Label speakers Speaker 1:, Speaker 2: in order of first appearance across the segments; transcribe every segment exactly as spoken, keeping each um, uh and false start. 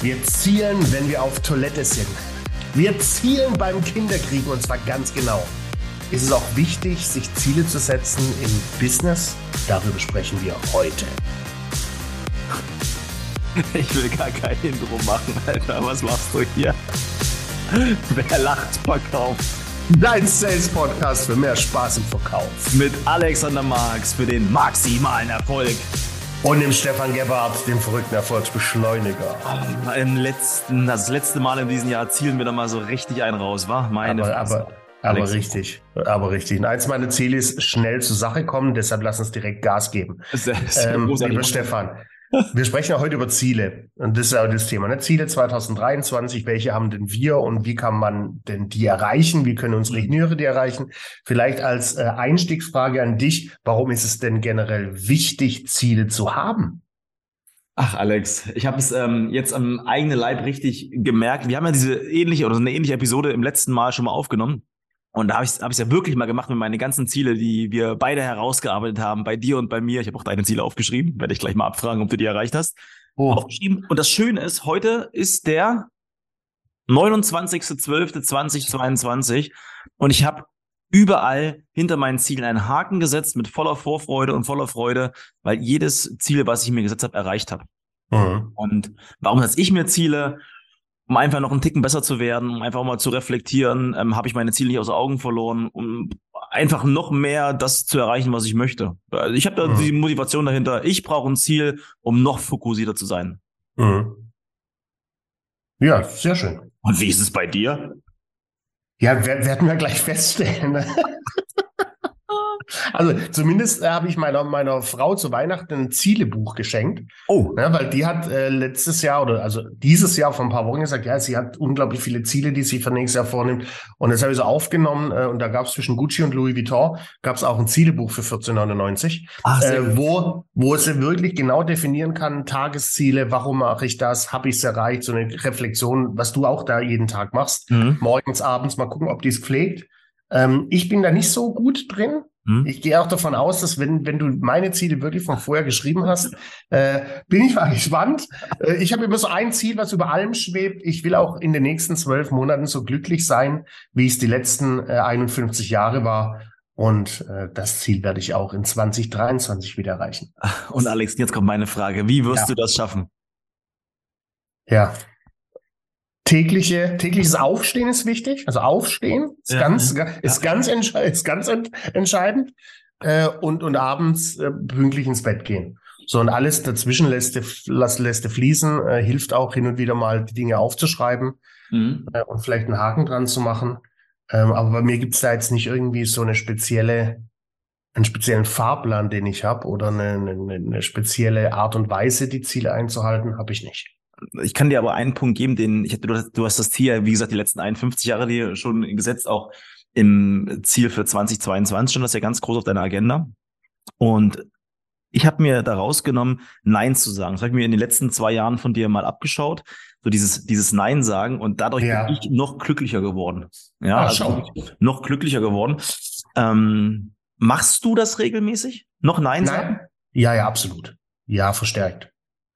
Speaker 1: Wir zielen, wenn wir auf Toilette sind. Wir zielen beim Kinderkriegen und zwar ganz genau. Ist es auch wichtig, sich Ziele zu setzen im Business? Darüber sprechen wir heute.
Speaker 2: Ich will gar kein Intro machen, Alter. Was machst du hier? Wer lacht, verkauft.
Speaker 1: Dein Sales-Podcast für mehr Spaß im Verkauf.
Speaker 2: Mit Alexander Marx für den maximalen Erfolg.
Speaker 1: Und dem Stefan Gebhardt, dem verrückten Erfolgsbeschleuniger.
Speaker 2: Oh, im letzten, das letzte Mal in diesem Jahr zielen wir da mal so richtig einen raus, wa? Meine
Speaker 1: aber, aber, aber richtig, aber richtig. Und eins meiner Ziele ist, schnell zur Sache kommen, deshalb lass uns direkt Gas geben.
Speaker 2: Sehr, sehr
Speaker 1: ähm, lieber Stefan, wir sprechen ja heute über Ziele. Und das ist ja das Thema. Ne? Ziele zwanzig dreiundzwanzig, welche haben denn wir und wie kann man denn die erreichen? Wie können unsere Ingenieure die erreichen? Vielleicht als äh, Einstiegsfrage an dich, warum ist es denn generell wichtig, Ziele zu haben?
Speaker 2: Ach, Alex, ich habe es ähm, jetzt am eigenen Leib richtig gemerkt. Wir haben ja diese ähnliche oder so eine ähnliche Episode im letzten Mal schon mal aufgenommen. Und da habe ich es hab ich's ja wirklich mal gemacht mit meinen ganzen Ziele, die wir beide herausgearbeitet haben, bei dir und bei mir. Ich habe auch deine Ziele aufgeschrieben. Werde ich gleich mal abfragen, ob du die erreicht hast. Oh. Aufgeschrieben. Und das Schöne ist, heute ist der neunundzwanzigster zwölfter zweitausendzweiundzwanzig und ich habe überall hinter meinen Zielen einen Haken gesetzt mit voller Vorfreude und voller Freude, weil jedes Ziel, was ich mir gesetzt habe, erreicht habe. Mhm. Und warum setze ich mir Ziele? Um einfach noch einen Ticken besser zu werden, um einfach mal zu reflektieren, ähm, habe ich meine Ziele nicht aus den Augen verloren, um einfach noch mehr das zu erreichen, was ich möchte. Also ich habe da mhm. die Motivation dahinter, ich brauche ein Ziel, um noch fokussierter zu sein.
Speaker 1: Mhm. Ja, sehr schön.
Speaker 2: Und wie ist es bei dir?
Speaker 1: Ja, werden wir gleich feststellen. Also zumindest äh, habe ich meiner meiner Frau zu Weihnachten ein Zielebuch geschenkt. Oh. Ja, weil die hat äh, letztes Jahr oder also dieses Jahr vor ein paar Wochen gesagt, ja, sie hat unglaublich viele Ziele, die sie für nächstes Jahr vornimmt. Und das habe ich so aufgenommen äh, und da gab es zwischen Gucci und Louis Vuitton gab es auch ein Zielebuch für vierzehn neunundneunzig, Ach, äh, wo wo sie wirklich genau definieren kann, Tagesziele, warum mache ich das, habe ich es erreicht, so eine Reflexion, was du auch da jeden Tag machst, mhm. morgens, abends, mal gucken, ob die es pflegt. Ähm, ich bin da nicht so gut drin. Hm? Ich gehe auch davon aus, dass wenn wenn du meine Ziele wirklich von vorher geschrieben hast, äh, bin ich mal gespannt. Äh, ich habe immer so ein Ziel, was über allem schwebt. Ich will auch in den nächsten zwölf Monaten so glücklich sein, wie es die letzten äh, einundfünfzig Jahre war. Und äh, das Ziel werde ich auch in zwanzig dreiundzwanzig wieder erreichen.
Speaker 2: Und Alex, jetzt kommt meine Frage. Wie wirst
Speaker 1: ja.
Speaker 2: du das schaffen?
Speaker 1: Ja. Tägliche, tägliches Aufstehen ist wichtig. Also Aufstehen ist ja, ganz, ja. ist ganz, entsche- ist ganz ent- entscheidend. Äh, und, und abends äh, pünktlich ins Bett gehen. So, und alles dazwischen lässt du, lässt, lässt du fließen, äh, hilft auch hin und wieder mal die Dinge aufzuschreiben, mhm. äh, und vielleicht einen Haken dran zu machen. Ähm, aber bei mir gibt's da jetzt nicht irgendwie so eine spezielle, einen speziellen Fahrplan, den ich habe, oder eine, eine, eine spezielle Art und Weise, die Ziele einzuhalten, habe ich nicht.
Speaker 2: Ich kann dir aber einen Punkt geben, den ich du, du hast das Ziel, wie gesagt, die letzten einundfünfzig Jahre dir schon gesetzt, auch im Ziel für zwanzig zweiundzwanzig stand das ja ganz groß auf deiner Agenda. Und ich habe mir da rausgenommen, Nein zu sagen. Das habe ich mir in den letzten zwei Jahren von dir mal abgeschaut, so dieses dieses Nein sagen, und dadurch ja. bin ich noch glücklicher geworden. Ja,
Speaker 1: Ach,
Speaker 2: also noch glücklicher geworden. Ähm, machst du das regelmäßig? Noch Nein, Nein sagen?
Speaker 1: Ja, ja, absolut. Ja, verstärkt.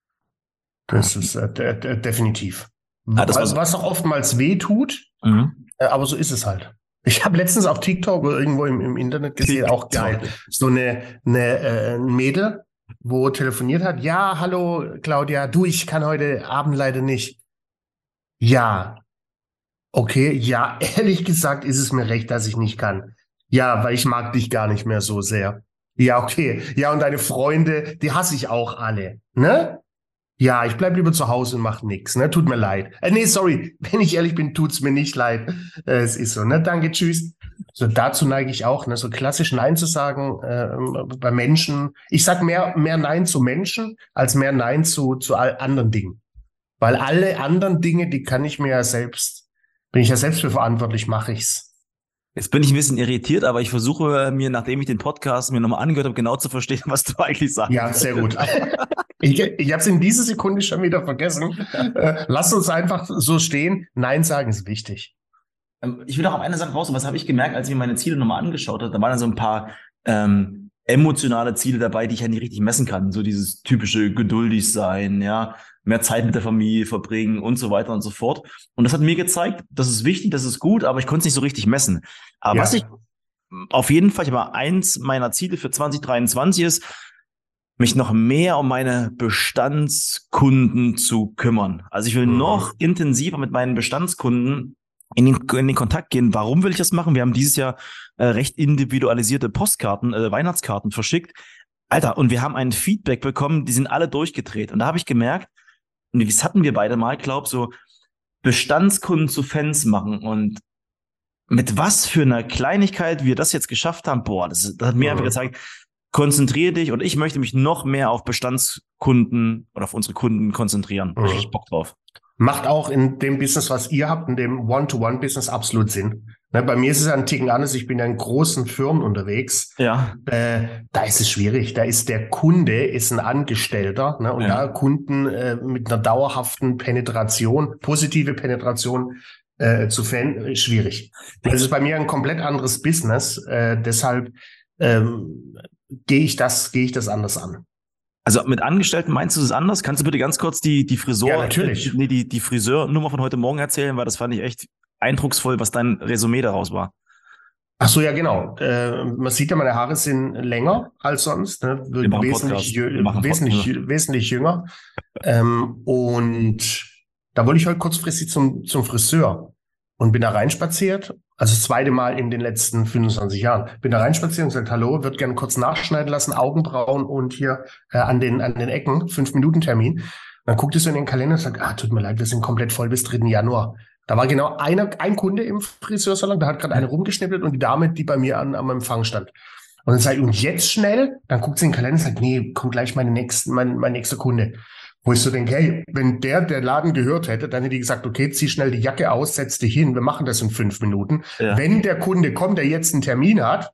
Speaker 1: Das ist äh, de- de- definitiv.
Speaker 2: Ah, das
Speaker 1: was,
Speaker 2: so.
Speaker 1: was auch oftmals weh tut, mhm. äh, aber so ist es halt. Ich habe letztens auf TikTok oder irgendwo im, im Internet gesehen, TikTok. Auch geil, so eine, eine äh, ein Mädel, wo telefoniert hat. Ja, hallo Claudia, du, ich kann heute Abend leider nicht. Ja, okay, ja, ehrlich gesagt ist es mir recht, dass ich nicht kann. Ja, weil ich mag dich gar nicht mehr so sehr. Ja, okay. Ja, und deine Freunde, die hasse ich auch alle, ne? Ja, ich bleib lieber zu Hause und mach nix, ne? Tut mir leid. Äh, nee, sorry, wenn ich ehrlich bin, tut's mir nicht leid. Äh, es ist so, ne? Danke, tschüss. So, dazu neige ich auch, ne? So klassisch Nein zu sagen äh, bei Menschen. Ich sag mehr mehr Nein zu Menschen als mehr Nein zu zu all anderen Dingen. Weil alle anderen Dinge, die kann ich mir ja selbst, bin ich ja selbst für verantwortlich, mache ich's.
Speaker 2: Jetzt bin ich ein bisschen irritiert, aber ich versuche mir, nachdem ich den Podcast mir nochmal angehört habe, genau zu verstehen, was du eigentlich sagst.
Speaker 1: Ja, sehr gut. Ich, ich habe es in dieser Sekunde schon wieder vergessen. Äh, lass uns einfach so stehen. Nein sagen ist wichtig.
Speaker 2: Ich will noch auf eine Sache raus. Was habe ich gemerkt, als ich mir meine Ziele nochmal angeschaut habe? Da waren dann so ein paar ähm, emotionale Ziele dabei, die ich ja nicht richtig messen kann. So dieses typische geduldig sein, ja, mehr Zeit mit der Familie verbringen und so weiter und so fort. Und das hat mir gezeigt, das ist wichtig, das ist gut, aber ich konnte es nicht so richtig messen. Aber
Speaker 1: Ja.
Speaker 2: was ich auf jeden Fall, ich habe eins meiner Ziele für zwanzig dreiundzwanzig ist, mich noch mehr um meine Bestandskunden zu kümmern. Also ich will mhm. noch intensiver mit meinen Bestandskunden in den, in den Kontakt gehen. Warum will ich das machen? Wir haben dieses Jahr äh, recht individualisierte Postkarten, äh, Weihnachtskarten verschickt. Alter, und wir haben ein Feedback bekommen, die sind alle durchgedreht. Und da habe ich gemerkt, und das hatten wir beide mal, glaub so Bestandskunden zu Fans machen. Und mit was für einer Kleinigkeit wir das jetzt geschafft haben, boah, das, das hat mir mhm. einfach gezeigt, konzentriere dich und ich möchte mich noch mehr auf Bestandskunden oder auf unsere Kunden konzentrieren. Da mhm. habe ich Bock drauf.
Speaker 1: Macht auch in dem Business, was ihr habt, in dem One-to-One-Business absolut Sinn. Ne, bei mir ist es ja ein Ticken anders. Ich bin ja in großen Firmen unterwegs.
Speaker 2: Ja.
Speaker 1: Äh, da ist es schwierig. Da ist der Kunde ist ein Angestellter. Ne, und ja. da Kunden äh, mit einer dauerhaften Penetration, positive Penetration äh, zu finden, schwierig. Das ist bei mir ein komplett anderes Business. Äh, deshalb ähm, gehe ich das, gehe ich das anders an.
Speaker 2: Also mit Angestellten meinst du es anders? Kannst du bitte ganz kurz die, die Friseur,
Speaker 1: ja, natürlich.
Speaker 2: Äh, nee, die, die Friseurnummer von heute Morgen erzählen, weil das fand ich echt eindrucksvoll, was dein Resümee daraus war.
Speaker 1: Ach so, ja, genau. Äh, man sieht ja, meine Haare sind länger als sonst, ne? wesentlich, wesentlich, wesentlich jünger. ähm, und da wollte ich heute kurzfristig zum, zum Friseur und bin da reinspaziert. Also das zweite Mal in den letzten fünfundzwanzig Jahren. Bin da reinspaziert und gesagt, hallo, würde gerne kurz nachschneiden lassen, Augenbrauen und hier äh, an den an den Ecken, fünf Minuten Termin. Dann guckt es so in den Kalender und sagt, ah, tut mir leid, wir sind komplett voll bis dritten Januar. Da war genau einer, ein Kunde im Friseursalon, da hat gerade eine rumgeschnippelt und die Dame, die bei mir an, am Empfang stand. Und dann sage ich, und jetzt schnell? Dann guckt sie in den Kalender und sagt, nee, kommt gleich meine nächsten, mein, mein nächster Kunde. Wo ich so denke, hey, wenn der der Laden gehört hätte, dann hätte ich gesagt, okay, zieh schnell die Jacke aus, setz dich hin, wir machen das in fünf Minuten. Ja. Wenn der Kunde kommt, der jetzt einen Termin hat,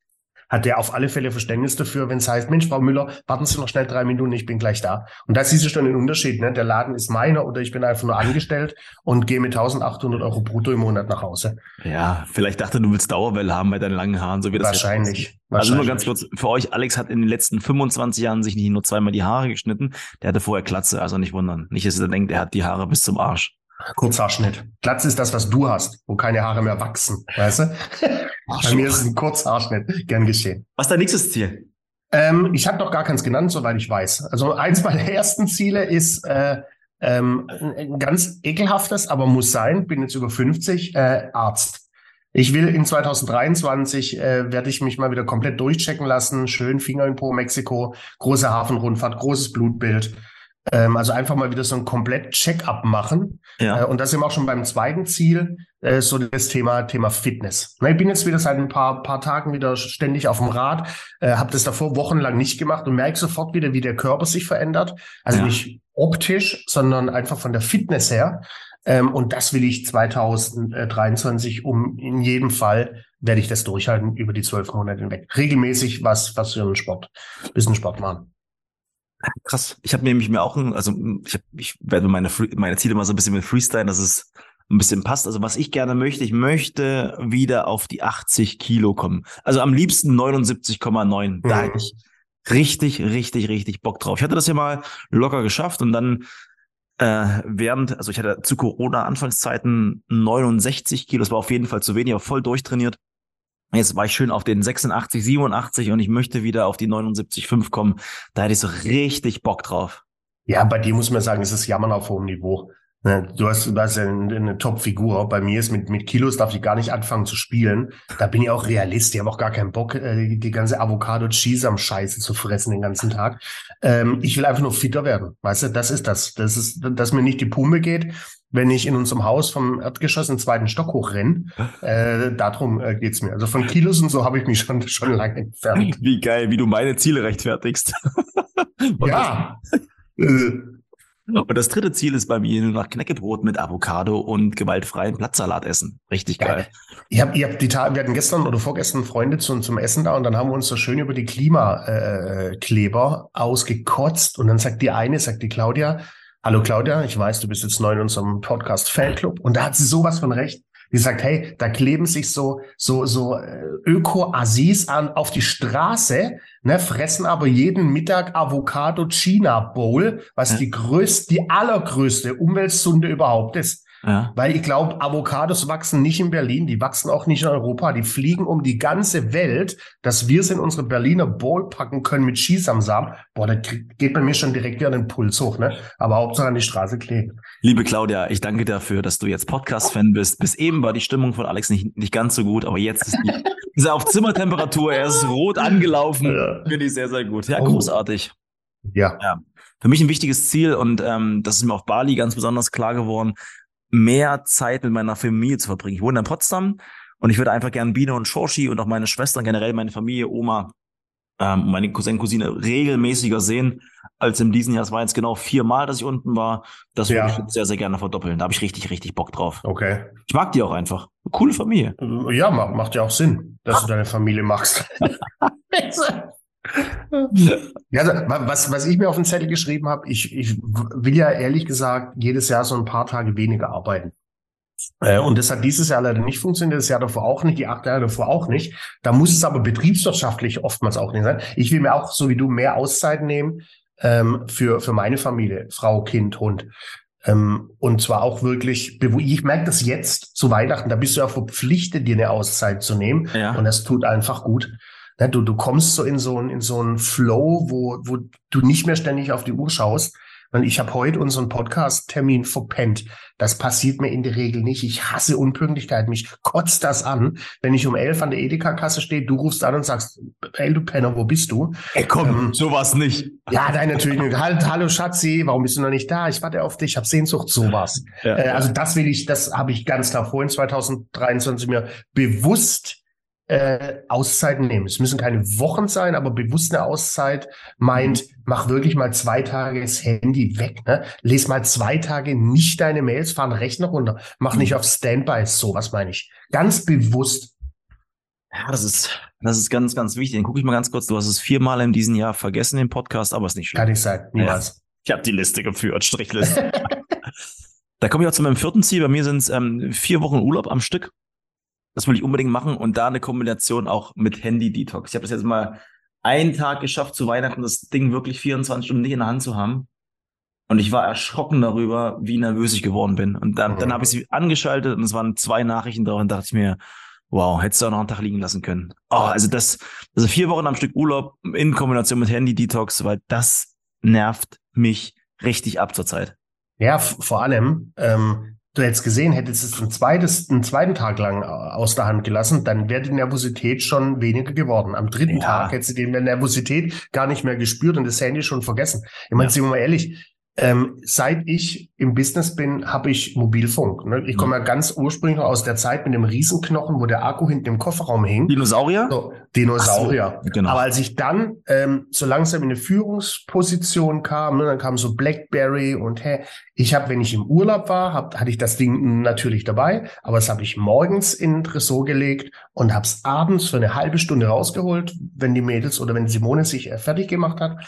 Speaker 1: hat der auf alle Fälle Verständnis dafür, wenn es heißt, Mensch, Frau Müller, warten Sie noch schnell drei Minuten, ich bin gleich da. Und da siehst du schon den Unterschied, ne? Der Laden ist meiner oder ich bin einfach nur angestellt und gehe mit eintausendachthundert Euro brutto im Monat nach Hause.
Speaker 2: Ja, vielleicht dachte du willst Dauerwelle haben bei deinen langen Haaren, so wie das
Speaker 1: Wahrscheinlich.
Speaker 2: Also nur ganz kurz, für euch, Alex hat in den letzten fünfundzwanzig Jahren sich nicht nur zweimal die Haare geschnitten, der hatte vorher Glatze, also nicht wundern. Nicht, dass ihr denkt, er hat die Haare bis zum Arsch.
Speaker 1: Kurzhaarschnitt. Glatze ist das, was du hast, wo keine Haare mehr wachsen, weißt du? Ach, bei mir ist es ein Kurzhaarschnitt. Gern geschehen.
Speaker 2: Was ist dein nächstes Ziel?
Speaker 1: Ähm, ich habe noch gar keins genannt, soweit ich weiß. Also eins meiner ersten Ziele ist äh, ähm, ein ganz ekelhaftes, aber muss sein, bin jetzt über fünfzig, äh, Arzt. Ich will in zwanzig dreiundzwanzig, äh, werde ich mich mal wieder komplett durchchecken lassen. Schön Finger in Po, Mexiko, große Hafenrundfahrt, großes Blutbild. Also einfach mal wieder so ein komplett Check-up machen. Ja. Und das sind wir auch schon beim zweiten Ziel, so das Thema Thema Fitness. Ich bin jetzt wieder seit ein paar paar Tagen wieder ständig auf dem Rad, habe das davor wochenlang nicht gemacht und merke sofort wieder, wie der Körper sich verändert. Also ja. nicht optisch, sondern einfach von der Fitness her. Und das will ich zwanzig dreiundzwanzig, um in jedem Fall werde ich das durchhalten über die zwölf Monate hinweg. Regelmäßig was was für einen Sport, bisschen Sport machen.
Speaker 2: Krass. Ich habe nämlich mir auch, ein, also ich, hab, ich werde meine meine Ziele mal so ein bisschen mit Freestyle, dass es ein bisschen passt. Also was ich gerne möchte, ich möchte wieder auf die achtzig Kilo kommen. Also am liebsten neunundsiebzig Komma neun. Mhm. Da hätte ich richtig, richtig, richtig Bock drauf. Ich hatte das ja mal locker geschafft und dann äh, während, also ich hatte zu Corona-Anfangszeiten neunundsechzig Kilo. Das war auf jeden Fall zu wenig, aber voll durchtrainiert. Jetzt war ich schön auf den sechsundachtzig, siebenundachtzig und ich möchte wieder auf die neunundsiebzig Komma fünf kommen. Da hätte ich so richtig Bock drauf.
Speaker 1: Ja, bei dir muss man sagen, es ist Jammern auf hohem Niveau. Du hast, du hast ja eine, eine Top-Figur. Bei mir ist mit, mit Kilos darf ich gar nicht anfangen zu spielen. Da bin ich auch Realist. Ich habe auch gar keinen Bock, die, die ganze Avocado-Cheese-Scheiße zu fressen den ganzen Tag. Ähm, ich will einfach nur fitter werden. Weißt du, das ist das. Das ist, dass mir nicht die Pumpe geht, wenn ich in unserem Haus vom Erdgeschoss in den zweiten Stock hochrenne. Äh, darum äh, geht's mir. Also von Kilos und so habe ich mich schon, schon lange entfernt.
Speaker 2: Wie geil, wie du meine Ziele rechtfertigst.
Speaker 1: Ja.
Speaker 2: Und das dritte Ziel ist bei mir nur noch Knäckebrot mit Avocado und gewaltfreien Blattsalat essen. Richtig geil. geil.
Speaker 1: Ich hab, ich hab die Ta- wir hatten gestern oder vorgestern Freunde zum, zum Essen da und dann haben wir uns so schön über die Klimakleber äh, ausgekotzt und dann sagt die eine, sagt die Claudia, hallo Claudia, ich weiß, du bist jetzt neu in unserem Podcast Fanclub und da hat sie sowas von recht. Die sagt, hey, da kleben sich so, so, so Öko-Assis an auf die Straße, ne, fressen aber jeden Mittag Avocado China Bowl, was ja. die größte, die allergrößte Umweltsünde überhaupt ist. Ja. Weil ich glaube, Avocados wachsen nicht in Berlin, die wachsen auch nicht in Europa, die fliegen um die ganze Welt, dass wir es in unsere Berliner Bowl packen können mit Chisamsamen. Boah, da geht bei mir schon direkt wieder den Puls hoch, ne? Aber Hauptsache an die Straße kleben.
Speaker 2: Liebe Claudia, ich danke dafür, dass du jetzt Podcast-Fan bist. Bis eben war die Stimmung von Alex nicht, nicht ganz so gut, aber jetzt ist die ist er auf Zimmertemperatur, er ist rot angelaufen. Ja. Finde ich sehr, sehr gut. Ja, großartig.
Speaker 1: Ja.
Speaker 2: ja. Für mich ein wichtiges Ziel und ähm, das ist mir auf Bali ganz besonders klar geworden, mehr Zeit mit meiner Familie zu verbringen. Ich wohne in Potsdam und ich würde einfach gerne Biene und Shoshi und auch meine Schwestern, generell meine Familie, Oma, ähm, meine Cousin, Cousine regelmäßiger sehen als in diesem Jahr. Es war jetzt genau viermal, dass ich unten war. Das würde ja. ich sehr, sehr gerne verdoppeln. Da habe ich richtig, richtig Bock drauf.
Speaker 1: Okay.
Speaker 2: Ich mag die auch einfach. Eine coole Familie.
Speaker 1: Ja, macht, macht ja auch Sinn, dass du deine Familie magst. Ja, also, was, was ich mir auf den Zettel geschrieben habe, ich, ich will ja ehrlich gesagt jedes Jahr so ein paar Tage weniger arbeiten. Äh, und das hat dieses Jahr leider nicht funktioniert, das Jahr davor auch nicht, die acht Jahre davor auch nicht. Da muss es aber betriebswirtschaftlich oftmals auch nicht sein. Ich will mir auch, so wie du, mehr Auszeit nehmen ähm, für, für meine Familie, Frau, Kind, Hund. Ähm, und zwar auch wirklich, ich merke das jetzt zu Weihnachten, da bist du ja verpflichtet, dir eine Auszeit zu nehmen. Ja. Und das tut einfach gut. Du, du kommst so in so einen in so einen Flow, wo, wo du nicht mehr ständig auf die Uhr schaust. Und ich habe heute unseren Podcast-Termin verpennt. Das passiert mir in der Regel nicht. Ich hasse Unpünktlichkeit. Mich kotzt das an, wenn ich um elf an der Edeka-Kasse stehe, du rufst an und sagst, ey, du Penner, wo bist du?
Speaker 2: Ey, komm, ähm, sowas nicht.
Speaker 1: Ja, nein, natürlich nicht. Halt, hallo Schatzi, warum bist du noch nicht da? Ich warte auf dich, ich habe Sehnsucht, sowas. Ja, äh, also das will ich, das habe ich ganz klar vorhin zwanzig dreiundzwanzig mir bewusst Äh, Auszeiten nehmen. Es müssen keine Wochen sein, aber bewusst eine Auszeit meint, mach wirklich mal zwei Tage das Handy weg. Ne? Les mal zwei Tage nicht deine Mails, fahr einen Rechner runter. Mach mhm. nicht auf Standby, sowas meine ich. Ganz bewusst.
Speaker 2: Ja, das ist, das ist ganz, ganz wichtig. Dann gucke ich mal ganz kurz. Du hast es viermal in diesem Jahr vergessen, den Podcast, aber ist nicht schlimm.
Speaker 1: Kann nicht sein, niemals.
Speaker 2: Ja, ich habe die Liste geführt, Strichliste. Da komme ich auch zu meinem vierten Ziel. Bei mir sind es ähm, vier Wochen Urlaub am Stück. Das will ich unbedingt machen und da eine Kombination auch mit Handy-Detox. Ich habe das jetzt mal einen Tag geschafft, zu Weihnachten das Ding wirklich vierundzwanzig Stunden nicht in der Hand zu haben. Und ich war erschrocken darüber, wie nervös ich geworden bin. Und dann, mhm. dann habe ich sie angeschaltet und es waren zwei Nachrichten drauf und dachte ich mir, wow, hättest du auch noch einen Tag liegen lassen können. Oh, also das, also vier Wochen am Stück Urlaub in Kombination mit Handy-Detox, weil das nervt mich richtig ab zurzeit.
Speaker 1: Ja, f- vor allem, ähm, du hättest gesehen, hättest es ein zweites, einen zweiten Tag lang aus der Hand gelassen, dann wäre die Nervosität schon weniger geworden. Am dritten ja. Tag hättest du die Nervosität gar nicht mehr gespürt und das Handy schon vergessen. Ich meine, ja. sind wir mal ehrlich, ähm, seit ich im Business bin, habe ich Mobilfunk. Ne? Ich komme ja ganz ursprünglich aus der Zeit mit dem Riesenknochen, wo der Akku hinten im Kofferraum hing.
Speaker 2: Dinosaurier?
Speaker 1: So, Dinosaurier.
Speaker 2: So, genau.
Speaker 1: Aber als ich dann ähm, so langsam in eine Führungsposition kam, ne, dann kam so BlackBerry und hä, ich habe, wenn ich im Urlaub war, hab, hatte ich das Ding natürlich dabei, aber das habe ich morgens in den Tresor gelegt und habe es abends für eine halbe Stunde rausgeholt, wenn die Mädels oder wenn Simone sich äh, fertig gemacht hat.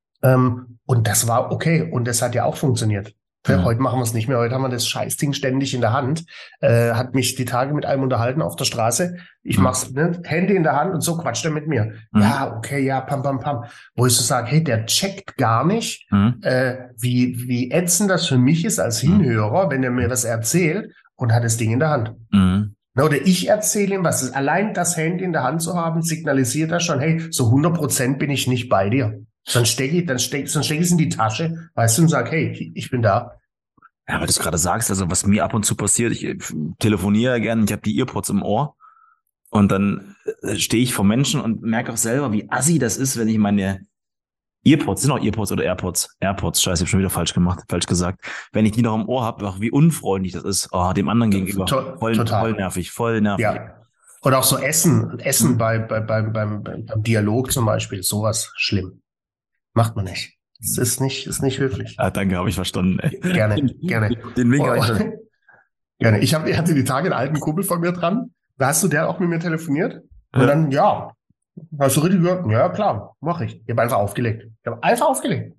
Speaker 1: Ähm, und das war okay. Und das hat ja auch funktioniert. Ja. Heute machen wir es nicht mehr. Heute haben wir das Scheißding ständig in der Hand. Äh, hat mich die Tage mit einem unterhalten auf der Straße. Ich mhm. mach's, ne, Handy in der Hand und so quatscht er mit mir. Mhm. Ja, okay, ja, pam, pam, pam. Wo ich so sage, hey, der checkt gar nicht, mhm. äh, wie, wie ätzend das für mich ist als Hinhörer, wenn er mir was erzählt und hat das Ding in der Hand.
Speaker 2: Mhm.
Speaker 1: Oder ich erzähle ihm, was ist. Allein das Handy in der Hand zu haben, signalisiert er schon, hey, so hundert Prozent bin ich nicht bei dir. Dann stecke ich, dann stecke dann steck ich es in die Tasche, weißt du, und sag, hey, ich bin da.
Speaker 2: Ja, weil du es gerade sagst, also was mir ab und zu passiert, ich telefoniere gerne, ich habe die Earpods im Ohr und dann stehe ich vor Menschen und merke auch selber, wie assi das ist, wenn ich meine Earpods, sind auch Earpods oder AirPods? AirPods, scheiße, ich habe schon wieder falsch gemacht, falsch gesagt. Wenn ich die noch im Ohr habe, wie unfreundlich das ist, oh, dem anderen gegenüber.
Speaker 1: To-
Speaker 2: voll, voll nervig, voll nervig.
Speaker 1: Ja. Oder auch so Essen, Essen mhm. bei, bei, beim, beim, beim Dialog zum Beispiel, sowas schlimm. Macht man nicht. Das ist nicht, ist nicht höflich.
Speaker 2: Ah, danke, habe ich verstanden. Ey.
Speaker 1: Gerne, gerne.
Speaker 2: Den Wink habe
Speaker 1: ich gerne. Ich, hab, ich hatte die Tage einen alten Kumpel von mir dran. Da hast du der auch mit mir telefoniert? Und ja. dann, ja, hast du richtig gehört? Ja, klar, mache ich. Ich habe einfach aufgelegt. Ich habe einfach aufgelegt.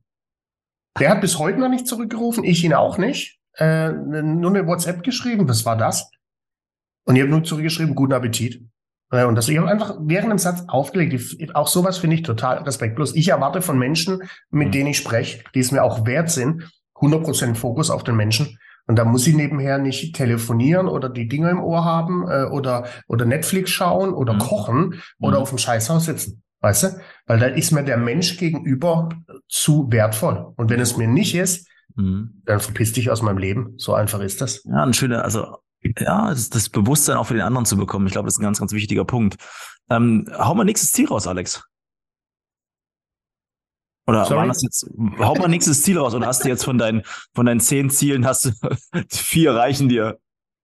Speaker 1: Der hat bis heute noch nicht zurückgerufen, ich ihn auch nicht. Äh, nur eine WhatsApp geschrieben. Was war das? Und ich habe nur zurückgeschrieben, guten Appetit. Und das, ich habe einfach während dem Satz aufgelegt. Ich, auch sowas finde ich total respektlos. Ich erwarte von Menschen, mit denen ich spreche, die es mir auch wert sind, hundert Prozent Fokus auf den Menschen. Und da muss ich nebenher nicht telefonieren oder die Dinger im Ohr haben äh, oder, oder Netflix schauen oder mhm. kochen oder mhm. auf dem Scheißhaus sitzen. Weißt du? Weil da ist mir der Mensch gegenüber zu wertvoll. Und wenn es mir nicht ist, mhm. dann verpiss dich aus meinem Leben. So einfach ist das.
Speaker 2: Ja, ein schöner, also ja, das, das Bewusstsein auch für den anderen zu bekommen. Ich glaube, das ist ein ganz, ganz wichtiger Punkt. Ähm, hau mal nächstes Ziel raus, Alex. Oder Sorry? Waren das jetzt, hau mal nächstes Ziel raus. Oder hast du jetzt von deinen, von deinen zehn Zielen, hast du vier reichen dir?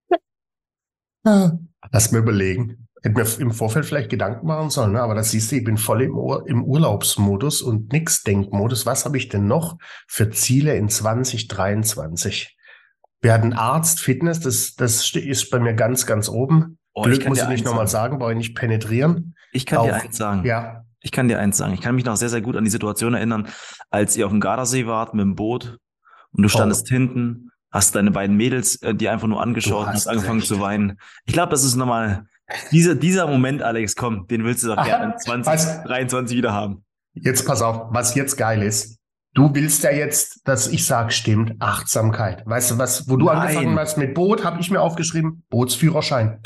Speaker 1: Lass mir überlegen. Hätte mir im Vorfeld vielleicht Gedanken machen sollen, ne? Aber das siehst du, ich bin voll im, Ur- im Urlaubsmodus und nix Denkmodus. Was habe ich denn noch für Ziele in zwanzig dreiundzwanzig? Wir hatten Arzt, Fitness, das, das ist bei mir ganz, ganz oben. Oh, Glück ich muss ich nicht nochmal sagen, brauche ich nicht penetrieren.
Speaker 2: Ich kann Auch, dir eins sagen.
Speaker 1: Ja.
Speaker 2: Ich kann dir eins sagen. Ich kann mich noch sehr, sehr gut an die Situation erinnern, als ihr auf dem Gardasee wart mit dem Boot und du standest oh. hinten, hast deine beiden Mädels, die einfach nur angeschaut und hast angefangen recht. zu weinen. Ich glaube, das ist nochmal dieser, dieser Moment, Alex, komm, den willst du doch gerne in zwanzig dreiundzwanzig wieder haben.
Speaker 1: Jetzt pass auf, was jetzt geil ist. Du willst ja jetzt, dass ich sage, stimmt, Achtsamkeit. Weißt du, was, wo du Nein. angefangen hast mit Boot, habe ich mir aufgeschrieben, Bootsführerschein.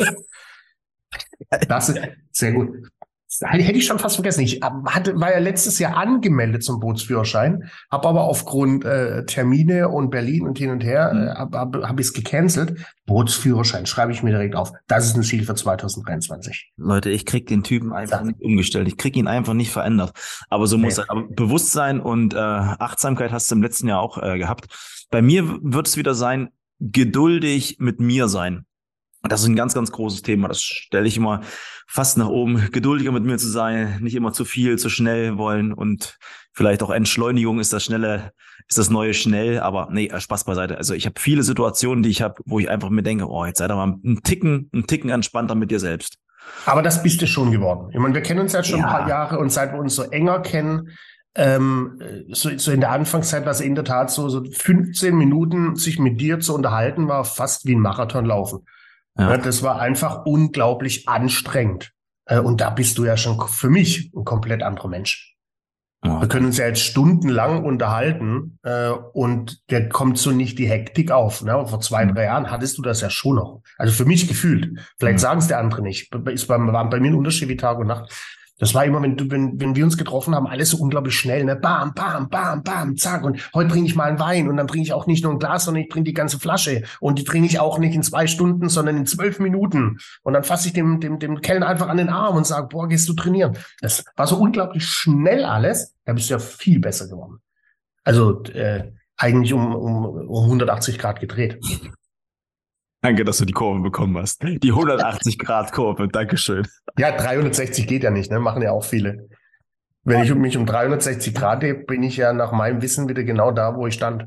Speaker 1: Das ist sehr gut. Hätte ich schon fast vergessen. Ich hatte, war ja letztes Jahr angemeldet zum Bootsführerschein, habe aber aufgrund äh, Termine und Berlin und hin und her, mhm. äh, habe hab, hab ich es gecancelt. Bootsführerschein schreibe ich mir direkt auf. Das ist ein Ziel für zwanzig dreiundzwanzig.
Speaker 2: Leute, ich krieg den Typen einfach nicht umgestellt. Ich krieg ihn einfach nicht verändert. Aber so nee. muss er. Aber Bewusstsein und äh, Achtsamkeit hast du im letzten Jahr auch äh, gehabt. Bei mir wird es wieder sein, geduldig mit mir sein. Das ist ein ganz, ganz großes Thema. Das stelle ich immer fast nach oben. Geduldiger mit mir zu sein, nicht immer zu viel, zu schnell wollen und vielleicht auch Entschleunigung ist das Schnelle, ist das neue schnell. Aber nee, Spaß beiseite. Also ich habe viele Situationen, die ich habe, wo ich einfach mir denke, oh, jetzt sei doch mal einen Ticken, einen Ticken entspannter mit dir selbst.
Speaker 1: Aber das bist du schon geworden. Ich meine, wir kennen uns jetzt schon ja. ein paar Jahre und seit wir uns so enger kennen, ähm, so, so in der Anfangszeit war es in der Tat so, so fünfzehn Minuten sich mit dir zu unterhalten, war fast wie ein Marathon laufen. Ja. Das war einfach unglaublich anstrengend. Und da bist du ja schon für mich ein komplett anderer Mensch. Oh, wir können uns ja jetzt stundenlang unterhalten und da kommt so nicht die Hektik auf. Vor zwei, drei Jahren hattest du das ja schon noch. Also für mich gefühlt. Vielleicht mhm. sagen es der andere nicht. Es war bei mir ein Unterschied wie Tag und Nacht. Das war immer, wenn du, wenn, wenn wir uns getroffen haben, alles so unglaublich schnell, ne? Bam, bam, bam, bam, zack. Und heute trinke ich mal einen Wein und dann trinke ich auch nicht nur ein Glas, sondern ich trinke die ganze Flasche. Und die trinke ich auch nicht in zwei Stunden, sondern in zwölf Minuten. Und dann fasse ich dem, dem, dem Kellner einfach an den Arm und sage, boah, gehst du trainieren? Das war so unglaublich schnell alles. Da bist du ja viel besser geworden. Also, äh, eigentlich um, um, um hundertachtzig Grad gedreht.
Speaker 2: Danke, dass du die Kurve bekommen hast. Die hundertachtzig Grad Kurve, Dankeschön.
Speaker 1: Ja, dreihundertsechzig geht ja nicht, ne? Machen ja auch viele. Wenn ich mich um dreihundertsechzig Grad hebe, bin ich ja nach meinem Wissen wieder genau da, wo ich stand.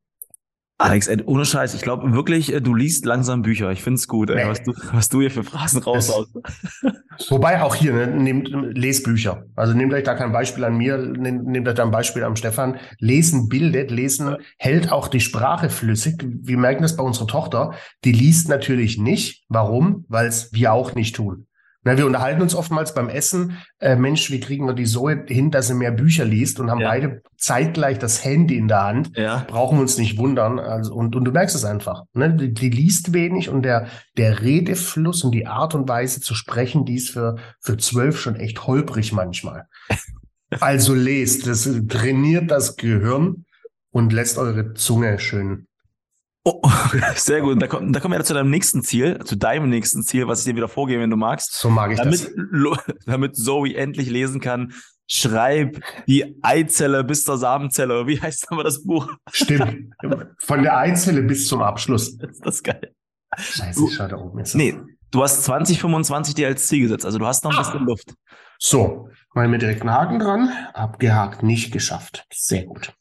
Speaker 2: Alex, ey, ohne Scheiß, ich glaube wirklich, du liest langsam Bücher. Ich find's gut, ey, nee. was, du, was du hier für Phrasen raushaust.
Speaker 1: Wobei auch hier, ne, nehmt, lest Bücher. Also nehmt euch da kein Beispiel an mir, nehmt, nehmt euch da ein Beispiel am Stefan. Lesen bildet, lesen ja. hält auch die Sprache flüssig. Wir merken das bei unserer Tochter. Die liest natürlich nicht. Warum? Weil es wir auch nicht tun. Na, wir unterhalten uns oftmals beim Essen, äh, Mensch, wie kriegen wir die so hin, dass sie mehr Bücher liest und haben ja. beide zeitgleich das Handy in der Hand. Ja. Brauchen wir uns nicht wundern. Also, und, und du merkst es einfach. Ne? Die, die liest wenig und der, der Redefluss und die Art und Weise zu sprechen, die ist für, für zwölf schon echt holprig manchmal. Also lest, das trainiert das Gehirn und lässt eure Zunge schön.
Speaker 2: Oh, sehr gut. Da, komm, da kommen wir ja zu deinem nächsten Ziel, zu deinem nächsten Ziel, was ich dir wieder vorgebe, wenn du magst.
Speaker 1: So mag ich
Speaker 2: damit,
Speaker 1: das.
Speaker 2: Damit Zoe endlich lesen kann, schreib die Eizelle bis zur Samenzelle. Wie heißt aber das Buch?
Speaker 1: Stimmt. Von der Eizelle bis zum Abschluss.
Speaker 2: Ist das geil.
Speaker 1: Scheiße, ich schau da oben jetzt.
Speaker 2: Nee, du hast zwanzig fünfundzwanzig dir als Ziel gesetzt. Also du hast noch ein bisschen ah. Luft.
Speaker 1: So, mal mir direkt einen Haken dran. Abgehakt, nicht geschafft. Sehr gut.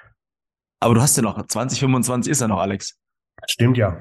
Speaker 2: Aber du hast ja noch, zwanzig fünfundzwanzig ist ja noch, Alex.
Speaker 1: Stimmt ja.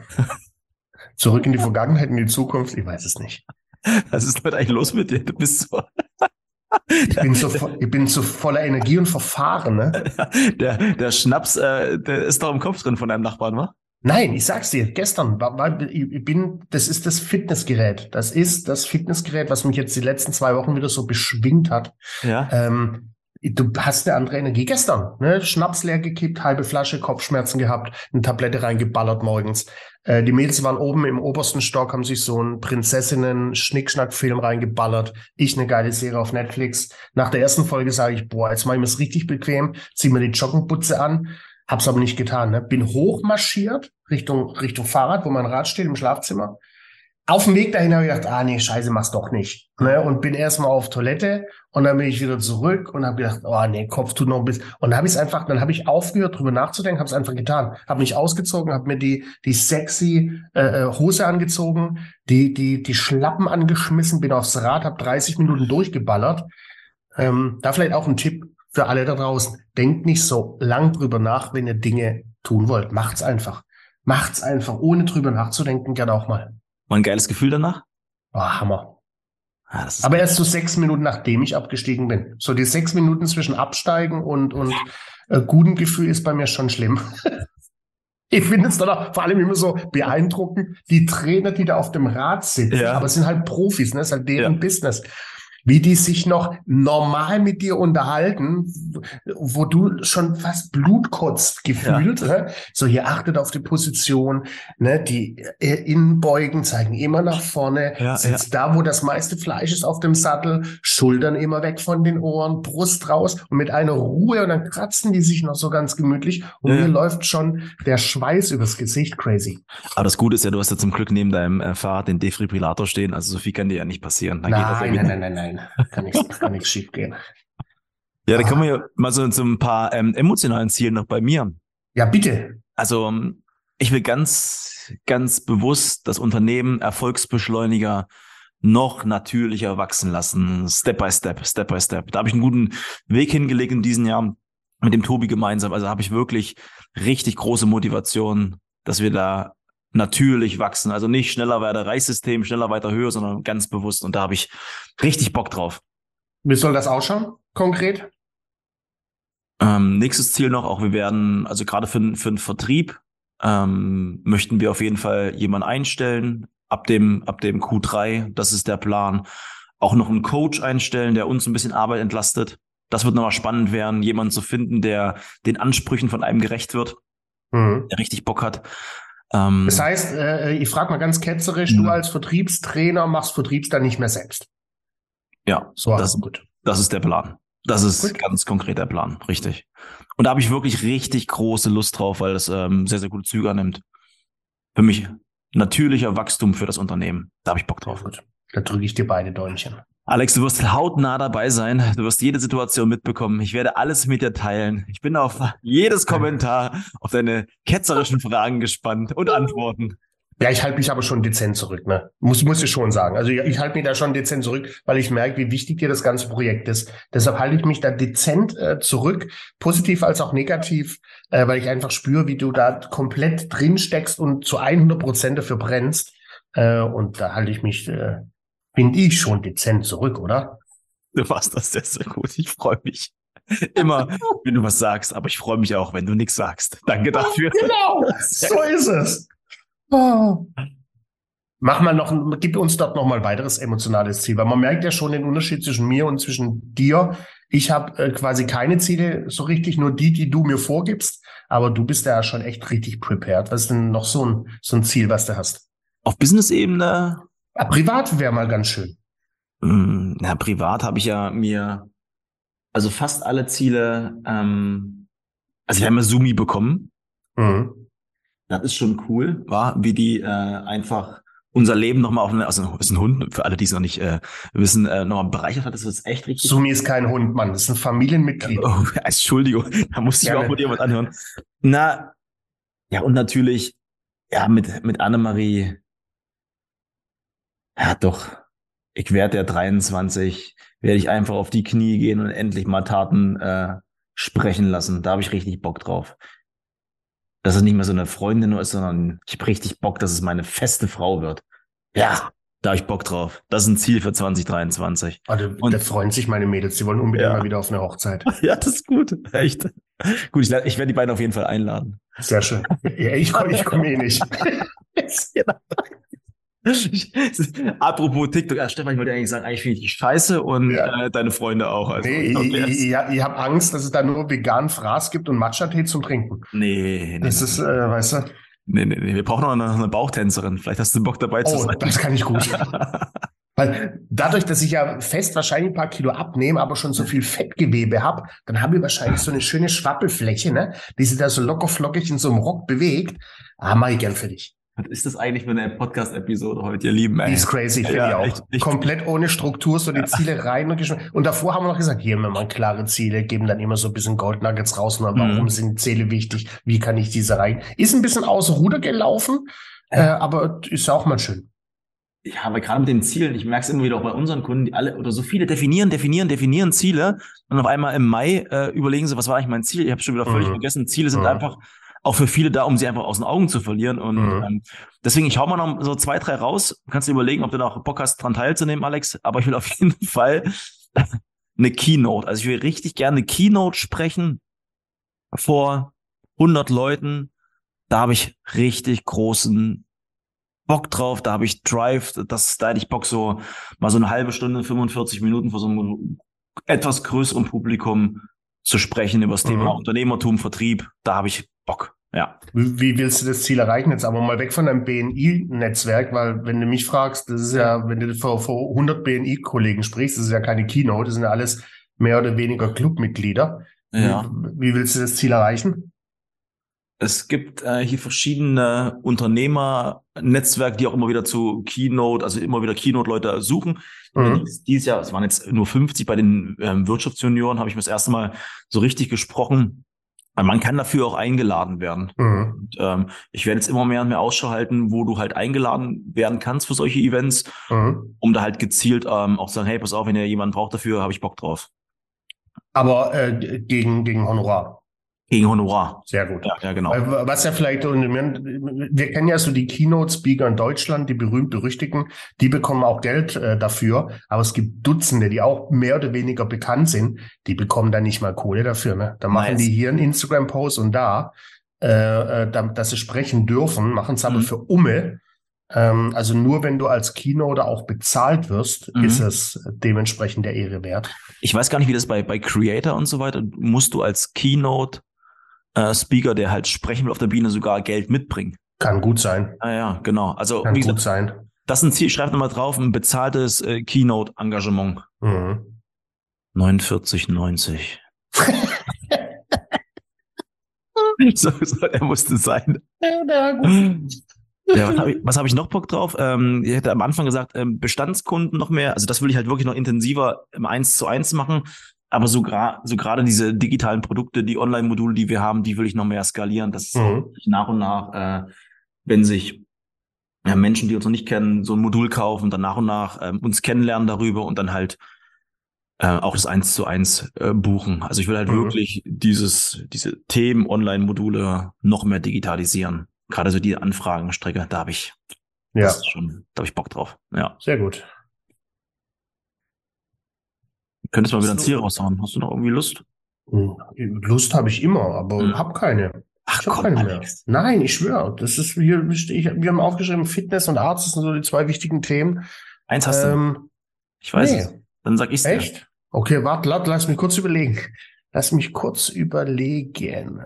Speaker 1: Zurück in die Vergangenheit, in die Zukunft, ich weiß es nicht.
Speaker 2: Was ist heute eigentlich los mit dir? Du bist so...
Speaker 1: ich, bin so ich bin so voller Energie und Verfahren, ne?
Speaker 2: Der, der Schnaps, äh, der ist doch im Kopf drin von deinem Nachbarn, wa?
Speaker 1: Nein, ich sag's dir, gestern, war, war, ich bin, das ist das Fitnessgerät. Das ist das Fitnessgerät, was mich jetzt die letzten zwei Wochen wieder so beschwingt hat.
Speaker 2: Ja.
Speaker 1: Ähm, du hast eine andere Energie. Gestern, ne? Schnaps leer gekippt, halbe Flasche, Kopfschmerzen gehabt, eine Tablette reingeballert morgens. Äh, die Mädels waren oben im obersten Stock, haben sich so einen Prinzessinnen-Schnickschnack-Film reingeballert. Ich eine geile Serie auf Netflix. Nach der ersten Folge sage ich, boah, jetzt mache ich mir's richtig bequem, zieh mir die Joggenbutze an. Hab's aber nicht getan. Ne? Bin hochmarschiert Richtung, Richtung Fahrrad, wo mein Rad steht im Schlafzimmer. Auf dem Weg dahin habe ich gedacht, ah nee, scheiße, mach's doch nicht. Ne? Und bin erstmal auf Toilette und dann bin ich wieder zurück und habe gedacht, oh nee, Kopf tut noch ein bisschen. Und dann habe ich es einfach, dann habe ich aufgehört, drüber nachzudenken, habe es einfach getan. Habe mich ausgezogen, habe mir die, die sexy äh, Hose angezogen, die, die, die Schlappen angeschmissen, bin aufs Rad, habe dreißig Minuten durchgeballert. Ähm, da vielleicht auch ein Tipp für alle da draußen. Denkt nicht so lang drüber nach, wenn ihr Dinge tun wollt. Macht's einfach. Macht's einfach, ohne drüber nachzudenken, gerne auch mal.
Speaker 2: War ein geiles Gefühl danach?
Speaker 1: Oh, Hammer.
Speaker 2: Ah, das ist
Speaker 1: Aber
Speaker 2: gut.
Speaker 1: erst so sechs Minuten, nachdem ich abgestiegen bin. So die sechs Minuten zwischen Absteigen und, und äh, gutem Gefühl ist bei mir schon schlimm. Ich finde es dann auch vor allem immer so beeindruckend, die Trainer, die da auf dem Rad sitzen,
Speaker 2: Ja.
Speaker 1: aber es sind halt Profis, ne? Es ist halt deren
Speaker 2: Ja.
Speaker 1: Business. Wie die sich noch normal mit dir unterhalten, wo du schon fast Blut kotzt, gefühlt. Ja. Ne? So, hier achtet auf die Position, ne? Die äh, Innenbeugen zeigen immer nach vorne,
Speaker 2: Ja,
Speaker 1: sitzt ja. da, wo das meiste Fleisch ist auf dem Sattel, Schultern immer weg von den Ohren, Brust raus und mit einer Ruhe und dann kratzen die sich noch so ganz gemütlich und
Speaker 2: Ja,
Speaker 1: mir
Speaker 2: ja.
Speaker 1: läuft schon der Schweiß übers Gesicht, crazy.
Speaker 2: Aber das Gute ist ja, du hast ja zum Glück neben deinem äh, Fahrrad den Defibrillator stehen, also so viel kann dir ja nicht passieren. Dann geht das ja
Speaker 1: Nein,
Speaker 2: wieder.
Speaker 1: nein, nein, nein, nein, kann nichts, kann nichts schief gehen.
Speaker 2: Ja, da kommen wir ja mal so zu ein paar ähm, emotionalen Zielen noch bei mir.
Speaker 1: Ja, bitte.
Speaker 2: Also ich will ganz, ganz bewusst das Unternehmen Erfolgsbeschleuniger noch natürlicher wachsen lassen. Step by Step, Step by Step. Da habe ich einen guten Weg hingelegt in diesem Jahr mit dem Tobi gemeinsam. Also habe ich wirklich richtig große Motivation, dass wir da natürlich wachsen. Also nicht schneller weiter Reichssystem, schneller weiter Höhe, sondern ganz bewusst. Und da habe ich richtig Bock drauf.
Speaker 1: Wie soll das ausschauen, konkret?
Speaker 2: Ähm, nächstes Ziel noch, auch wir werden, also gerade für, für den Vertrieb, ähm, möchten wir auf jeden Fall jemanden einstellen, ab dem, ab dem Q drei, das ist der Plan. Auch noch einen Coach einstellen, der uns ein bisschen Arbeit entlastet. Das wird nochmal spannend werden, jemanden zu finden, der den Ansprüchen von einem gerecht wird, mhm. der richtig Bock hat. Ähm,
Speaker 1: das heißt, äh, ich frage mal ganz ketzerisch,
Speaker 2: ja.
Speaker 1: du als Vertriebstrainer machst Vertriebs dann nicht mehr selbst?
Speaker 2: Ja,
Speaker 1: so
Speaker 2: das,
Speaker 1: gut.
Speaker 2: das ist der Plan. Das ist gut. Ganz konkret der Plan, richtig. Und da habe ich wirklich richtig große Lust drauf, weil das ähm, sehr, sehr gute Züge annimmt. Für mich natürlicher Wachstum für das Unternehmen. Da habe ich Bock drauf.
Speaker 1: Ja, gut. Da drücke ich dir beide Däumchen.
Speaker 2: Alex, du wirst hautnah dabei sein. Du wirst jede Situation mitbekommen. Ich werde alles mit dir teilen. Ich bin auf jedes Kommentar, auf deine ketzerischen Fragen gespannt und Antworten.
Speaker 1: Ja, ich halte mich aber schon dezent zurück, ne? Muss, muss ich schon sagen. Also ich, ich halte mich da schon dezent zurück, weil ich merke, wie wichtig dir das ganze Projekt ist. Deshalb halte ich mich da dezent äh, zurück, positiv als auch negativ, äh, weil ich einfach spüre, wie du da komplett drin steckst und zu hundert Prozent dafür brennst. Äh, und da halte ich mich, äh, finde ich, schon dezent zurück, oder?
Speaker 2: Du machst das sehr, sehr gut. Ich freue mich immer, wenn du was sagst, aber ich freue mich auch, wenn du nichts sagst. Danke dafür.
Speaker 1: Genau, so ist es. Oh. Mach mal noch, gib uns dort noch mal ein weiteres emotionales Ziel, weil man merkt ja schon den Unterschied zwischen mir und zwischen dir. Ich habe äh, quasi keine Ziele so richtig, nur die, die du mir vorgibst, aber du bist ja schon echt richtig prepared. Was ist denn noch so ein, so ein Ziel, was du hast?
Speaker 2: Auf Business-Ebene?
Speaker 1: Ja, privat wäre mal ganz schön.
Speaker 2: Mm, na, privat habe ich ja mir, also fast alle Ziele, ähm, also wir haben ja Sumi bekommen. Mhm. Das ist schon cool, war, wie die äh, einfach unser Leben nochmal auf eine, also ist ein Hund, für alle, die es noch nicht äh, wissen, äh, nochmal bereichert hat. Das ist echt richtig.
Speaker 1: Sumi ist kein Hund, Mann, das ist ein Familienmitglied.
Speaker 2: Oh, Entschuldigung, da musste ich auch mit jemand anhören. Na, ja, und natürlich, ja, mit, mit Annemarie, ja doch, ich werde der dreiundzwanzig, werde ich einfach auf die Knie gehen und endlich mal Taten äh, sprechen lassen. Da habe ich richtig Bock drauf. Dass es nicht mehr so eine Freundin nur ist, sondern ich habe richtig Bock, dass es meine feste Frau wird. Ja, da habe ich Bock drauf. Das ist ein Ziel für zwanzig dreiundzwanzig.
Speaker 1: Oh, da, da freuen sich meine Mädels, die wollen unbedingt ja. mal wieder auf eine Hochzeit.
Speaker 2: Ja, das ist gut, echt. Gut, ich, ich werde die beiden auf jeden Fall einladen.
Speaker 1: Sehr schön. Ja, ich komme ich komm eh nicht.
Speaker 2: Apropos TikTok, ja, Stefan, ich wollte eigentlich sagen, eigentlich finde ich dich scheiße und ja. äh, deine Freunde auch. Also,
Speaker 1: nee, ich, ich, ich, ich habe Angst, dass es da nur veganen Fraß gibt und Matcha-Tee zum Trinken.
Speaker 2: Nee, nee.
Speaker 1: Das
Speaker 2: nee,
Speaker 1: ist,
Speaker 2: nee.
Speaker 1: Äh, weißt du.
Speaker 2: Nee, nee, nee, wir brauchen noch eine, eine Bauchtänzerin. Vielleicht hast du Bock dabei zu
Speaker 1: oh,
Speaker 2: sein.
Speaker 1: Oh, das kann ich gut. Weil dadurch, dass ich ja fest wahrscheinlich ein paar Kilo abnehme, aber schon so viel Fettgewebe habe, dann habe ich wahrscheinlich so eine schöne Schwappelfläche, ne, die sich da so locker flockig in so einem Rock bewegt. Ah, mach ich gern für dich.
Speaker 2: Was ist das eigentlich für eine Podcast-Episode heute, ihr Lieben? Ey?
Speaker 1: Die ist crazy, finde ja, ich auch. Echt, echt. Komplett ohne Struktur, so die Ziele rein und geschwind. Und davor haben wir noch gesagt, hier haben wir mal klare Ziele, geben dann immer so ein bisschen Gold Nuggets raus. Und warum mhm. sind Ziele wichtig? Wie kann ich diese rein? Ist ein bisschen außer Ruder gelaufen, äh, aber ist auch mal schön.
Speaker 2: Ja, aber gerade mit den Zielen, ich merke es immer wieder auch bei unseren Kunden, die alle oder so viele definieren, definieren, definieren Ziele und auf einmal im Mai äh, überlegen sie, was war eigentlich mein Ziel? Ich habe schon wieder völlig mhm. vergessen. Ziele sind mhm. einfach auch für viele da, um sie einfach aus den Augen zu verlieren. Und mhm. ähm, deswegen, ich hau mal noch so zwei, drei raus. Kannst du überlegen, ob du noch Bock hast, dran teilzunehmen, Alex. Aber ich will auf jeden Fall eine Keynote. Also ich will richtig gerne eine Keynote sprechen vor hundert Leuten. Da habe ich richtig großen Bock drauf. Da habe ich Drive. Das, da hätte ich Bock, so mal so eine halbe Stunde, fünfundvierzig Minuten vor so einem etwas größeren Publikum zu sprechen über das Thema mhm. Unternehmertum, Vertrieb. Da habe ich Bock, ja.
Speaker 1: Wie, wie willst du das Ziel erreichen? Jetzt aber mal weg von deinem B N I-Netzwerk, weil wenn du mich fragst, das ist ja, wenn du vor, vor hundert B N I-Kollegen sprichst, das ist ja keine Keynote, das sind ja alles mehr oder weniger Clubmitglieder.
Speaker 2: Ja.
Speaker 1: Wie, wie willst du das Ziel erreichen?
Speaker 2: Es gibt äh, hier verschiedene Unternehmernetzwerke, die auch immer wieder zu Keynote, also immer wieder Keynote-Leute suchen. Mhm. Dies, dieses Jahr, es waren jetzt nur fünfzig bei den ähm, Wirtschaftsjunioren, habe ich mir das erste Mal so richtig gesprochen. Man kann dafür auch eingeladen werden. Mhm. Und, ähm, ich werde jetzt immer mehr und mehr Ausschau halten, wo du halt eingeladen werden kannst für solche Events, mhm. um da halt gezielt ähm, auch zu sagen, hey, pass auf, wenn ihr jemanden braucht dafür, habe ich Bock drauf.
Speaker 1: Aber äh, gegen, gegen Honorar?
Speaker 2: Gegen Honorar.
Speaker 1: Sehr gut.
Speaker 2: Ja, ja, genau.
Speaker 1: Was ja vielleicht, wir kennen ja so die Keynote-Speaker in Deutschland, die berühmt-berüchtigten, die bekommen auch Geld äh, dafür, aber es gibt Dutzende, die auch mehr oder weniger bekannt sind, die bekommen dann nicht mal Kohle dafür. Ne? Da machen nice. Die hier einen Instagram-Post und da, äh, da, dass sie sprechen dürfen, machen es aber mhm. für Umme. Ähm, also nur wenn du als Keynote auch bezahlt wirst, mhm. ist es dementsprechend der Ehre wert.
Speaker 2: Ich weiß gar nicht, wie das bei, bei Creator und so weiter, musst du als Keynote Äh, Speaker, der halt sprechen will auf der Bühne, sogar Geld mitbringen.
Speaker 1: Kann gut sein.
Speaker 2: Ah ja, genau. Also
Speaker 1: Kann
Speaker 2: wie gesagt,
Speaker 1: gut sein.
Speaker 2: Das ist ein Ziel, schreibt nochmal drauf, ein bezahltes äh, Keynote-Engagement. Mhm. neunundvierzig neunzig so, so, der musste sein. Ja, gut. Ja, was habe ich, was hab ich noch Bock drauf? Ähm, ich hätte am Anfang gesagt, ähm, Bestandskunden noch mehr. Also das will ich halt wirklich noch intensiver im eins zu eins machen. Aber so, gra- so gerade diese digitalen Produkte, die Online-Module, die wir haben, die will ich noch mehr skalieren. Das ist mhm. nach und nach, äh, wenn sich ja, Menschen, die uns noch nicht kennen, so ein Modul kaufen, dann nach und nach äh, uns kennenlernen darüber und dann halt äh, auch das eins zu eins äh, buchen. Also ich will halt mhm. wirklich dieses, diese Themen, Online-Module noch mehr digitalisieren. Gerade so die Anfragenstrecke, da habe ich,
Speaker 1: ja.
Speaker 2: das ist schon, da habe ich Bock drauf. Ja.
Speaker 1: Sehr gut.
Speaker 2: Könntest du mal wieder ein Ziel raushauen? Hast du noch irgendwie Lust?
Speaker 1: Lust habe ich immer, aber
Speaker 2: Mhm.
Speaker 1: habe keine.
Speaker 2: Ach
Speaker 1: Ich habe
Speaker 2: komm,
Speaker 1: keine mehr.
Speaker 2: Alex.
Speaker 1: Nein, ich schwöre. Das ist hier, ich, wir haben aufgeschrieben, Fitness und Arzt, das sind so die zwei wichtigen Themen.
Speaker 2: Eins hast du.
Speaker 1: Ähm,
Speaker 2: Ich weiß
Speaker 1: nee.
Speaker 2: es. Dann sag ich's dir.
Speaker 1: echt? Okay, warte, lass, lass mich kurz überlegen. Lass mich kurz überlegen.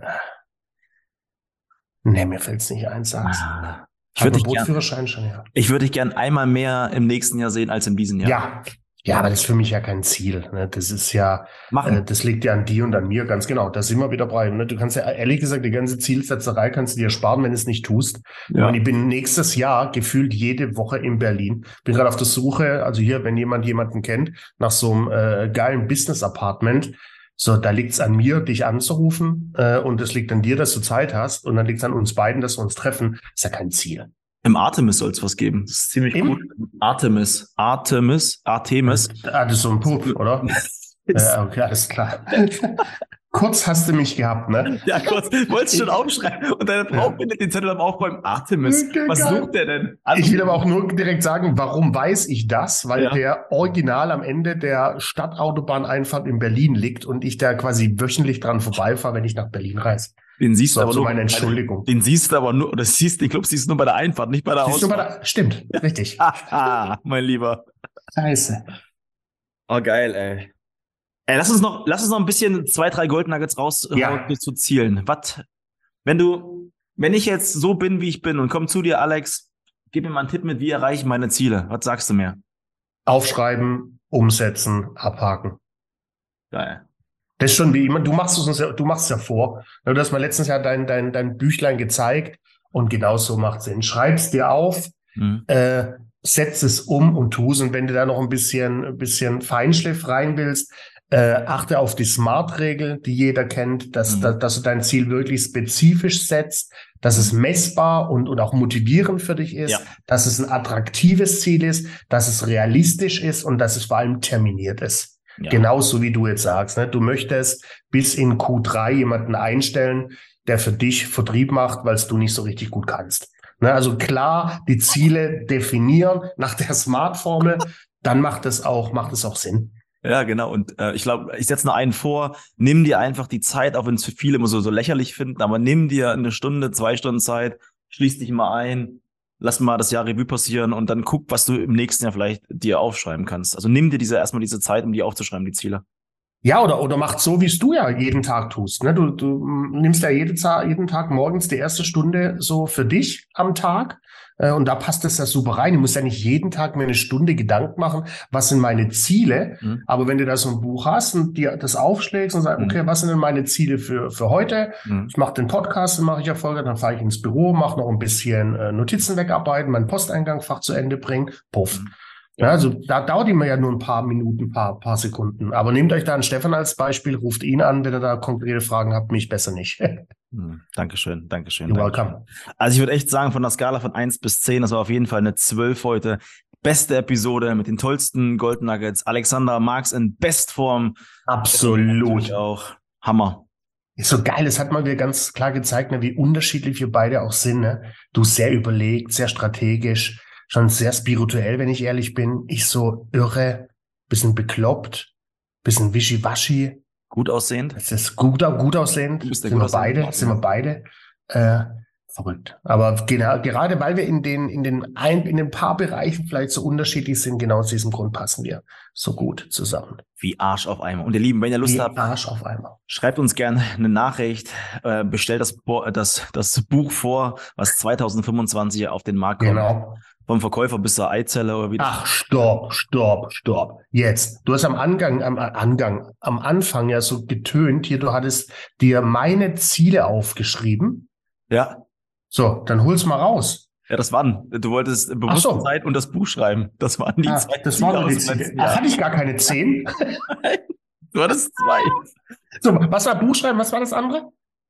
Speaker 1: Nee, mir fällt's nicht ein, sag's.
Speaker 2: Ah. Ich würde
Speaker 1: Aber
Speaker 2: dich gern,
Speaker 1: Bootsführerschein schon, ja.
Speaker 2: ich würde dich gern einmal mehr im nächsten Jahr sehen als in diesem Jahr.
Speaker 1: Ja, ja, aber das ist für mich ja kein Ziel. Ne? Das ist ja,
Speaker 2: Machen.
Speaker 1: äh, das liegt ja an dir und an mir, ganz genau. Da sind wir wieder bei. Ne? Du kannst ja, ehrlich gesagt, die ganze Zielsetzerei kannst du dir sparen, wenn du es nicht tust.
Speaker 2: Ja.
Speaker 1: Und ich bin nächstes Jahr gefühlt jede Woche in Berlin. Bin gerade auf der Suche, also hier, wenn jemand jemanden kennt, nach so einem äh, geilen Business-Apartment. So, da liegt's an mir, dich anzurufen, äh, und es liegt an dir, dass du Zeit hast. Und dann liegt's an uns beiden, dass wir uns treffen. Ist ja kein Ziel.
Speaker 2: Im Artemis soll es was geben. Das ist ziemlich
Speaker 1: Im?
Speaker 2: gut. Artemis. Artemis. Artemis.
Speaker 1: Ah, das ist so ein Pup, oder? Ja, okay, alles klar. Kurz hast du mich gehabt, ne?
Speaker 2: Ja, kurz. Wolltest du schon aufschreiben. Und deine Frau
Speaker 1: Ja.
Speaker 2: findet den Zettel am Aufräumen. Artemis.
Speaker 1: Okay,
Speaker 2: Was
Speaker 1: geil.
Speaker 2: sucht der denn?
Speaker 1: Ich will aber auch nur direkt sagen, warum weiß ich das? Weil
Speaker 2: Ja.
Speaker 1: der Original am Ende der Stadtautobahneinfahrt in Berlin liegt und ich da quasi wöchentlich dran vorbeifahre, wenn ich nach Berlin reise.
Speaker 2: Den siehst du aber
Speaker 1: so
Speaker 2: nur.
Speaker 1: Meine Entschuldigung.
Speaker 2: Den siehst du aber nur, oder siehst, den Club siehst du nur bei der Einfahrt, nicht bei der
Speaker 1: siehst
Speaker 2: Ausfahrt.
Speaker 1: Du bei der, stimmt, richtig.
Speaker 2: Haha, mein Lieber.
Speaker 1: Scheiße.
Speaker 2: Oh, geil, ey. Ey, lass uns noch, lass uns noch ein bisschen zwei, drei Gold Nuggets raus
Speaker 1: ja.
Speaker 2: zu zielen. Was, wenn du, wenn ich jetzt so bin, wie ich bin und komm zu dir, Alex, gib mir mal einen Tipp mit, wie erreiche ich meine Ziele? Was sagst du mir?
Speaker 1: Aufschreiben, umsetzen, abhaken.
Speaker 2: Geil.
Speaker 1: Das ist schon wie immer, du machst es ja, du machst es ja vor. Du hast mal letztens ja dein, dein, dein Büchlein gezeigt und genau so macht es Sinn. Schreib's dir auf, mhm. äh, setz es um und tu es. Und wenn du da noch ein bisschen, ein bisschen Feinschliff rein willst, äh, achte auf die Smart-Regel, die jeder kennt, dass, mhm. dass, dass du dein Ziel wirklich spezifisch setzt, dass mhm. es messbar und, und auch motivierend für dich ist, ja. dass es ein attraktives Ziel ist, dass es realistisch ist und dass es vor allem terminiert ist. Ja. Genauso wie du jetzt sagst, ne? Du möchtest bis in Q drei jemanden einstellen, der für dich Vertrieb macht, weil es du nicht so richtig gut kannst. Ne? Also klar, die Ziele definieren nach der Smart-Formel, dann macht es auch, macht es auch Sinn.
Speaker 2: Ja, genau. Und äh, ich glaube, ich setze noch einen vor, nimm dir einfach die Zeit, auch wenn es für viele immer so, so lächerlich finden, aber nimm dir eine Stunde, zwei Stunden Zeit, schließ dich mal ein, lass mal das Jahr Revue passieren und dann guck, was du im nächsten Jahr vielleicht dir aufschreiben kannst. Also nimm dir diese erstmal diese Zeit, um die aufzuschreiben, die Ziele.
Speaker 1: Ja, oder, oder mach so, wie es du ja jeden Tag tust. Ne? Du, du nimmst ja jede, jeden Tag morgens die erste Stunde so für dich am Tag. Äh, und da passt das ja super rein. Du musst ja nicht jeden Tag mir eine Stunde Gedanken machen, was sind meine Ziele. Mhm. Aber wenn du da so ein Buch hast und dir das aufschlägst und sagst, mhm. okay, was sind denn meine Ziele für, für heute? Mhm. Ich mache den Podcast, dann mache ich Erfolge, dann fahre ich ins Büro, mache noch ein bisschen äh, Notizen wegarbeiten, mein Posteingangfach zu Ende bringen. Puff. Mhm. Ja, also da dauert immer ja nur ein paar Minuten, ein paar, paar Sekunden. Aber nehmt euch da einen Stefan als Beispiel, ruft ihn an, wenn ihr da konkrete Fragen habt, mich besser nicht.
Speaker 2: hm, Dankeschön, Dankeschön.
Speaker 1: You're
Speaker 2: Dankeschön.
Speaker 1: welcome.
Speaker 2: Also ich würde echt sagen, von der Skala von eins bis zehn, das war auf jeden Fall eine zwölf heute. Beste Episode mit den tollsten Gold Nuggets. Alexander Marx in Bestform.
Speaker 1: Absolut.
Speaker 2: Auch Hammer.
Speaker 1: Ist so geil, es hat mal wieder ganz klar gezeigt, ne, wie unterschiedlich wir beide auch sind. Ne? Du sehr überlegt, sehr strategisch. Schon sehr spirituell, wenn ich ehrlich bin. Ich so irre, bisschen bekloppt, bisschen wischiwaschi.
Speaker 2: Gut aussehend.
Speaker 1: Es ist gut, gut aussehend.
Speaker 2: Du bist der
Speaker 1: sind
Speaker 2: gut
Speaker 1: wir beide, sind wir beide. Äh, verrückt. Aber genau, gerade weil wir in den, in den ein, in den paar Bereichen vielleicht so unterschiedlich sind, genau aus diesem Grund passen wir so gut zusammen.
Speaker 2: Wie Arsch auf Eimer. Und ihr Lieben, wenn ihr Lust
Speaker 1: Wie
Speaker 2: habt,
Speaker 1: Arsch auf Eimer.
Speaker 2: Schreibt uns gerne eine Nachricht, äh, bestellt das, das, das Buch vor, was zwanzig fünfundzwanzig auf den Markt kommt.
Speaker 1: Genau.
Speaker 2: Vom Verkäufer bis zur Eizelle oder wie.
Speaker 1: Ach, stopp, stopp, stopp. Jetzt. Du hast am Angang, am Angang, am Anfang ja so getönt hier, du hattest dir meine Ziele aufgeschrieben.
Speaker 2: Ja.
Speaker 1: So, dann hol's mal raus.
Speaker 2: Ja, das waren, du wolltest Bewusstsein so. Und das Buch schreiben. Das waren die
Speaker 1: ah,
Speaker 2: zwei
Speaker 1: das
Speaker 2: Ziele
Speaker 1: waren die
Speaker 2: aus
Speaker 1: Ziele. Ach, hatte ich gar keine zehn?
Speaker 2: Du hattest zwei.
Speaker 1: So, was war Buch schreiben? Was war das andere?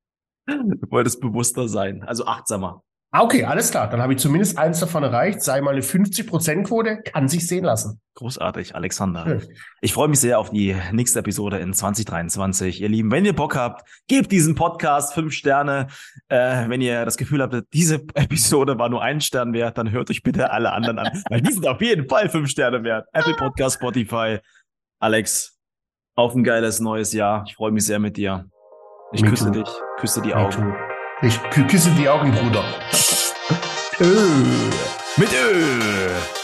Speaker 2: Du wolltest bewusster sein, also achtsamer.
Speaker 1: Ah, okay, alles klar. Dann habe ich zumindest eins davon erreicht. Sei mal eine fünfzig Prozent Quote, kann sich sehen lassen.
Speaker 2: Großartig, Alexander. Schön. Ich freue mich sehr auf die nächste Episode in zwanzig dreiundzwanzig. Ihr Lieben, wenn ihr Bock habt, gebt diesem Podcast fünf Sterne. Äh, wenn ihr das Gefühl habt, diese Episode war nur ein Stern wert, dann hört euch bitte alle anderen an, weil die sind auf jeden Fall fünf Sterne wert. Apple Podcast, Spotify. Alex, auf ein geiles neues Jahr. Ich freue mich sehr mit dir. Ich Me küsse too. dich, küsse die Me Augen.
Speaker 1: Too. Ich küsse die Augen, Bruder.
Speaker 2: Ö. Mit Ö.